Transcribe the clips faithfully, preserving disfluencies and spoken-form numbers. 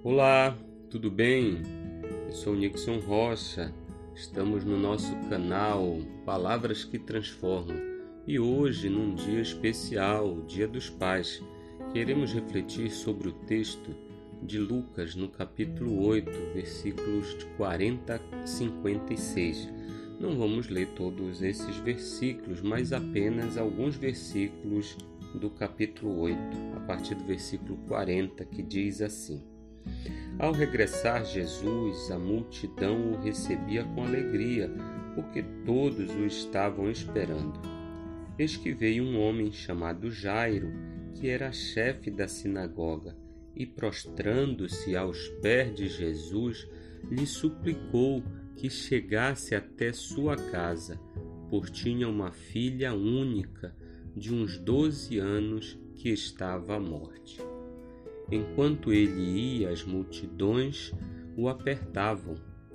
Olá, tudo bem? Eu sou Nixon Rocha, estamos no nosso canal Palavras que Transformam e hoje, num dia especial, Dia dos Pais, queremos refletir sobre o texto de Lucas no capítulo oito, versículos de quarenta a cinquenta e seis. Não vamos ler todos esses versículos, mas apenas alguns versículos do capítulo oito, a partir do versículo quarenta, que diz assim: Ao regressar Jesus, a multidão o recebia com alegria, porque todos o estavam esperando. Eis que veio um homem chamado Jairo, que era chefe da sinagoga, e prostrando-se aos pés de Jesus, lhe suplicou que chegasse até sua casa, por tinha uma filha única, de uns doze anos, que estava à morte. Enquanto ele ia, as multidões o apertavam.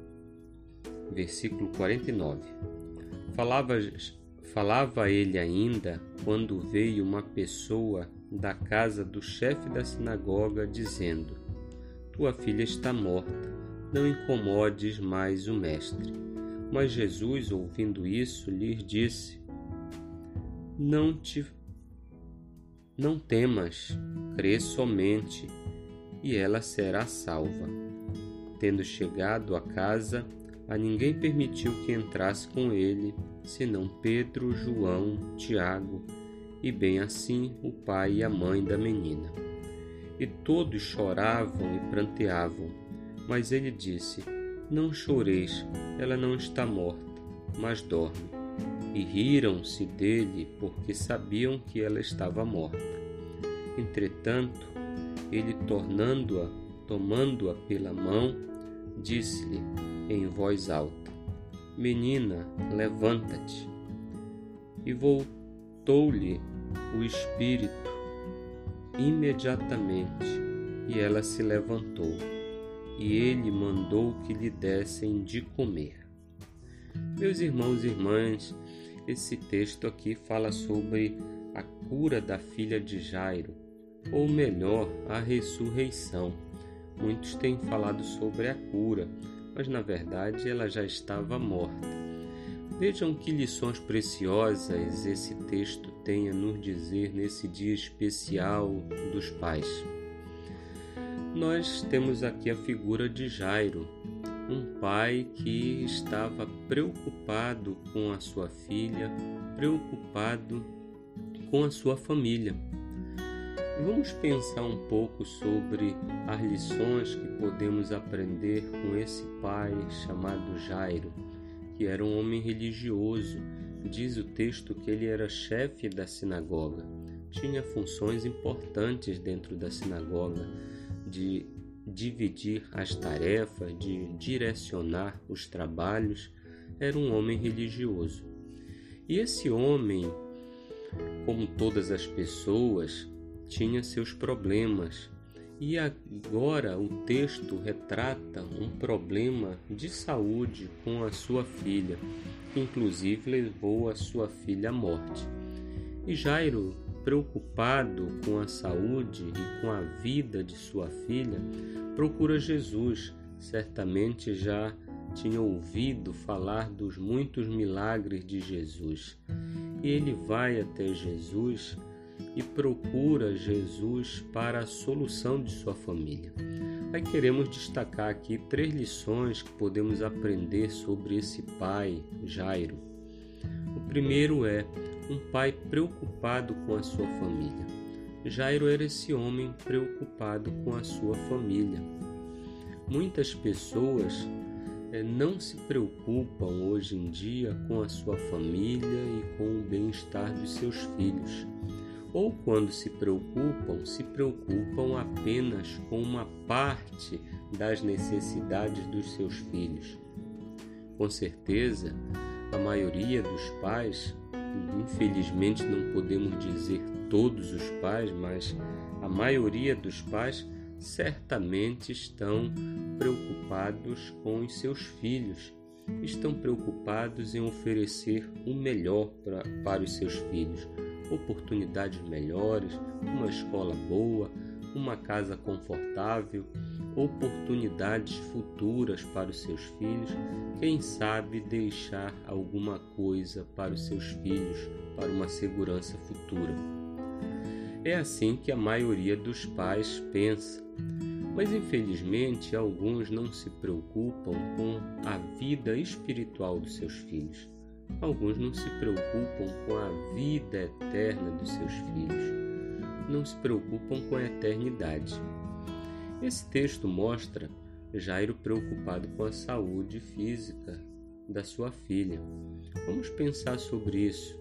Versículo quarenta e nove. Falava, falava ele ainda quando veio uma pessoa da casa do chefe da sinagoga, dizendo: Tua filha está morta, não incomodes mais o mestre. Mas Jesus, ouvindo isso, lhe disse: Não te Não temas, crê somente, e ela será salva. Tendo chegado à casa, a ninguém permitiu que entrasse com ele, senão Pedro, João, Tiago, e bem assim o pai e a mãe da menina. E todos choravam e pranteavam, mas ele disse: Não choreis, ela não está morta, mas dorme. E riram-se dele, porque sabiam que ela estava morta. Entretanto, ele, tornando-a, tomando-a pela mão, disse-lhe em voz alta: Menina, levanta-te. E voltou-lhe o espírito imediatamente, e ela se levantou, e ele mandou que lhe dessem de comer. Meus irmãos e irmãs, esse texto aqui fala sobre a cura da filha de Jairo, ou melhor, a ressurreição. Muitos têm falado sobre a cura, mas na verdade ela já estava morta. Vejam que lições preciosas esse texto tem a nos dizer nesse dia especial dos pais. Nós temos aqui a figura de Jairo, um pai que estava preocupado com a sua filha, preocupado com a sua família. Vamos pensar um pouco sobre as lições que podemos aprender com esse pai chamado Jairo, que era um homem religioso. Diz o texto que ele era chefe da sinagoga, tinha funções importantes dentro da sinagoga, de dividir as tarefas, de direcionar os trabalhos. Era um homem religioso. E esse homem, como todas as pessoas, tinha seus problemas. E agora o texto retrata um problema de saúde com a sua filha, que inclusive levou a sua filha à morte. E Jairo, preocupado com a saúde e com a vida de sua filha, procura Jesus. Certamente já tinha ouvido falar dos muitos milagres de Jesus. E ele vai até Jesus e procura Jesus para a solução de sua família. Aí queremos destacar aqui três lições que podemos aprender sobre esse pai, Jairo. O primeiro é um pai preocupado com a sua família. Jairo era esse homem preocupado com a sua família. Muitas pessoas eh, não se preocupam hoje em dia com a sua família e com o bem-estar dos seus filhos. Ou quando se preocupam, se preocupam apenas com uma parte das necessidades dos seus filhos. Com certeza, a maioria dos pais, infelizmente não podemos dizer todos os pais, mas a maioria dos pais certamente estão preocupados com os seus filhos, estão preocupados em oferecer o melhor pra, para os seus filhos, oportunidades melhores, uma escola boa, uma casa confortável, oportunidades futuras para os seus filhos, quem sabe deixar alguma coisa para os seus filhos, para uma segurança futura. É assim que a maioria dos pais pensa, mas infelizmente alguns não se preocupam com a vida espiritual dos seus filhos. Alguns não se preocupam com a vida eterna dos seus filhos. Não se preocupam com a eternidade. Esse texto mostra Jairo preocupado com a saúde física da sua filha. Vamos pensar sobre isso.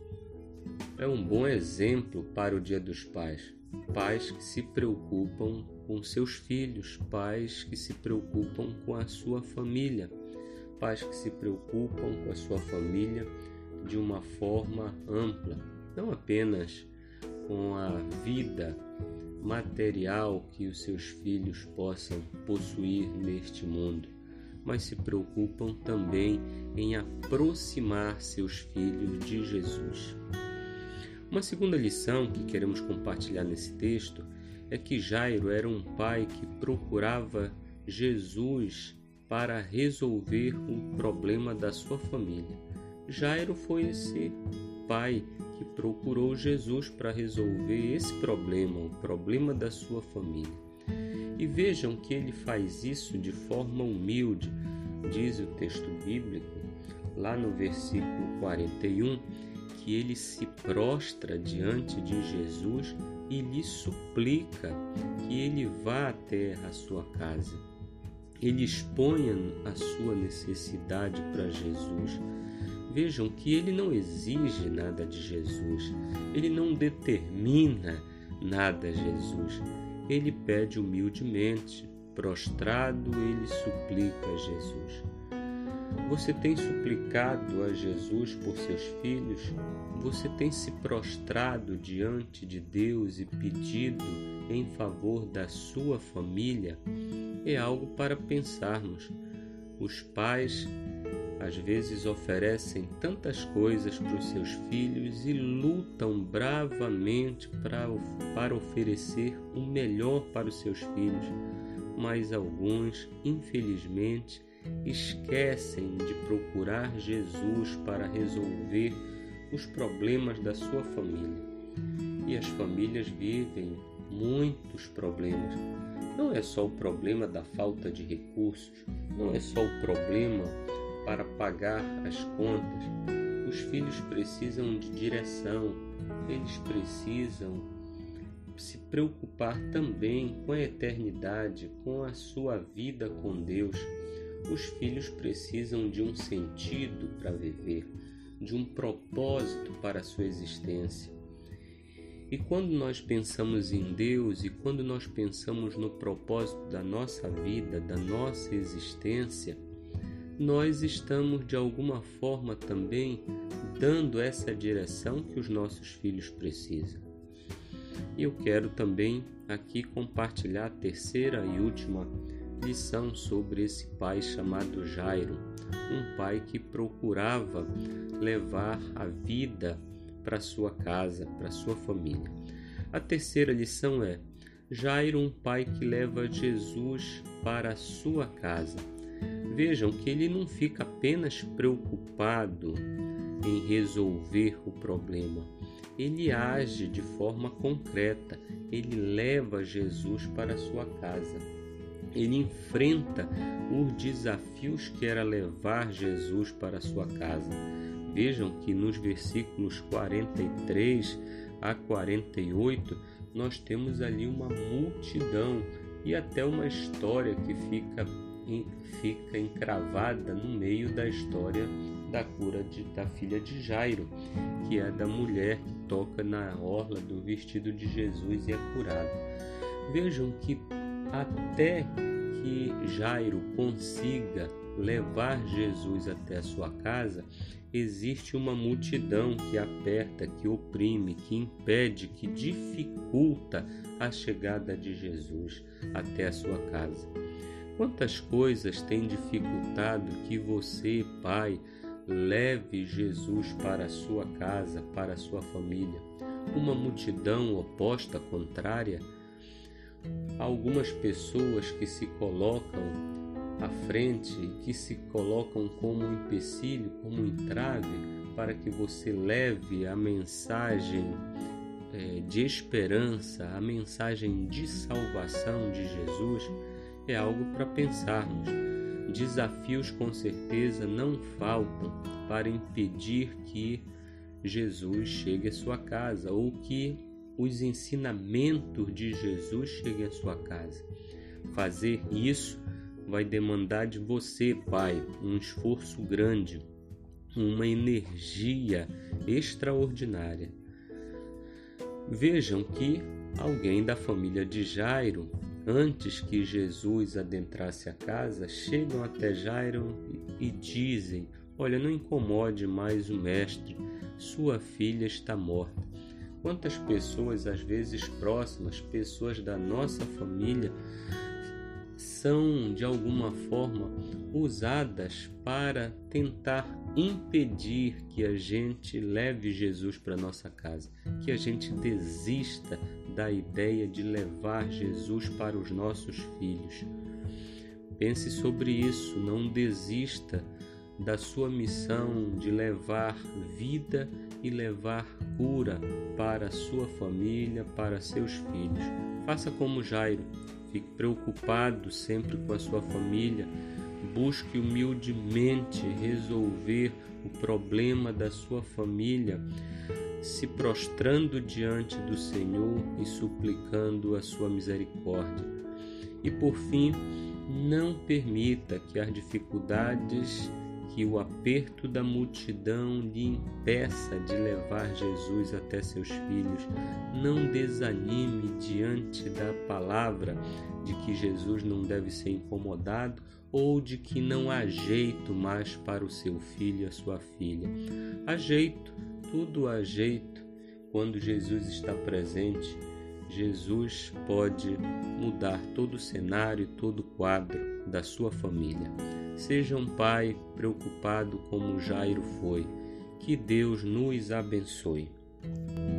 É um bom exemplo para o Dia dos Pais. Pais que se preocupam com seus filhos, pais que se preocupam com a sua família, pais que se preocupam com a sua família de uma forma ampla, não apenas com a vida material que os seus filhos possam possuir neste mundo, mas se preocupam também em aproximar seus filhos de Jesus. Uma segunda lição que queremos compartilhar nesse texto é que Jairo era um pai que procurava Jesus para resolver o problema da sua família. Jairo foi esse pai que procurou Jesus para resolver esse problema, o problema da sua família. E vejam que ele faz isso de forma humilde, diz o texto bíblico, lá no versículo quarenta e um, que ele se prostra diante de Jesus e lhe suplica que ele vá até a sua casa. Ele expõe a sua necessidade para Jesus. Vejam que ele não exige nada de Jesus, ele não determina nada a Jesus. Ele pede humildemente, prostrado, ele suplica a Jesus. Você tem suplicado a Jesus por seus filhos? Você tem se prostrado diante de Deus e pedido em favor da sua família? É algo para pensarmos. Os pais às vezes oferecem tantas coisas para os seus filhos e lutam bravamente para, para oferecer o melhor para os seus filhos, mas alguns, infelizmente, esquecem de procurar Jesus para resolver os problemas da sua família. E as famílias vivem muitos problemas. Não é só o problema da falta de recursos, não é só o problema para pagar as contas. Os filhos precisam de direção, eles precisam se preocupar também com a eternidade, com a sua vida com Deus. Os filhos precisam de um sentido para viver, de um propósito para a sua existência. E quando nós pensamos em Deus e quando nós pensamos no propósito da nossa vida, da nossa existência, nós estamos de alguma forma também dando essa direção que os nossos filhos precisam. E eu quero também aqui compartilhar a terceira e última lição sobre esse pai chamado Jairo, um pai que procurava levar a vida para sua casa, para sua família. A terceira lição é: Jairo, um pai que leva Jesus para a sua casa. Vejam que ele não fica apenas preocupado em resolver o problema, ele age de forma concreta, ele leva Jesus para a sua casa. Ele enfrenta os desafios que era levar Jesus para a sua casa. Vejam que nos versículos quarenta e três a quarenta e oito nós temos ali uma multidão e até uma história que fica, fica encravada no meio da história da cura de, da filha de Jairo, que é da mulher que toca na orla do vestido de Jesus e é curada. Vejam que até que Jairo consiga levar Jesus até a sua casa, existe uma multidão que aperta, que oprime, que impede, que dificulta a chegada de Jesus até a sua casa. Quantas coisas têm dificultado que você, pai, leve Jesus para a sua casa, para a sua família? Uma multidão oposta, contrária? Há algumas pessoas que se colocam à frente, que se colocam como um empecilho, como um entrave, para que você leve a mensagem é, de esperança, a mensagem de salvação de Jesus. É algo para pensarmos. Desafios com certeza não faltam para impedir que Jesus chegue à sua casa ou que os ensinamentos de Jesus cheguem à sua casa. Fazer isso vai demandar de você, pai, um esforço grande, uma energia extraordinária. Vejam que alguém da família de Jairo, antes que Jesus adentrasse a casa, chegam até Jairo e dizem: olha, não incomode mais o mestre, sua filha está morta. Quantas pessoas, às vezes próximas, pessoas da nossa família, são de alguma forma usadas para tentar impedir que a gente leve Jesus para nossa casa, que a gente desista da ideia de levar Jesus para os nossos filhos. Pense sobre isso, não desista da sua missão de levar vida e levar cura para a sua família, para seus filhos. Faça como Jairo, fique preocupado sempre com a sua família, busque humildemente resolver o problema da sua família, se prostrando diante do Senhor e suplicando a sua misericórdia. E por fim, não permita que as dificuldades, que o aperto da multidão lhe impeça de levar Jesus até seus filhos. Não desanime diante da palavra de que Jesus não deve ser incomodado ou de que não há jeito mais para o seu filho e a sua filha. Há jeito, tudo há jeito. Quando Jesus está presente, Jesus pode mudar todo o cenário, todo o quadro da sua família. Seja um pai preocupado como Jairo foi. Que Deus nos abençoe.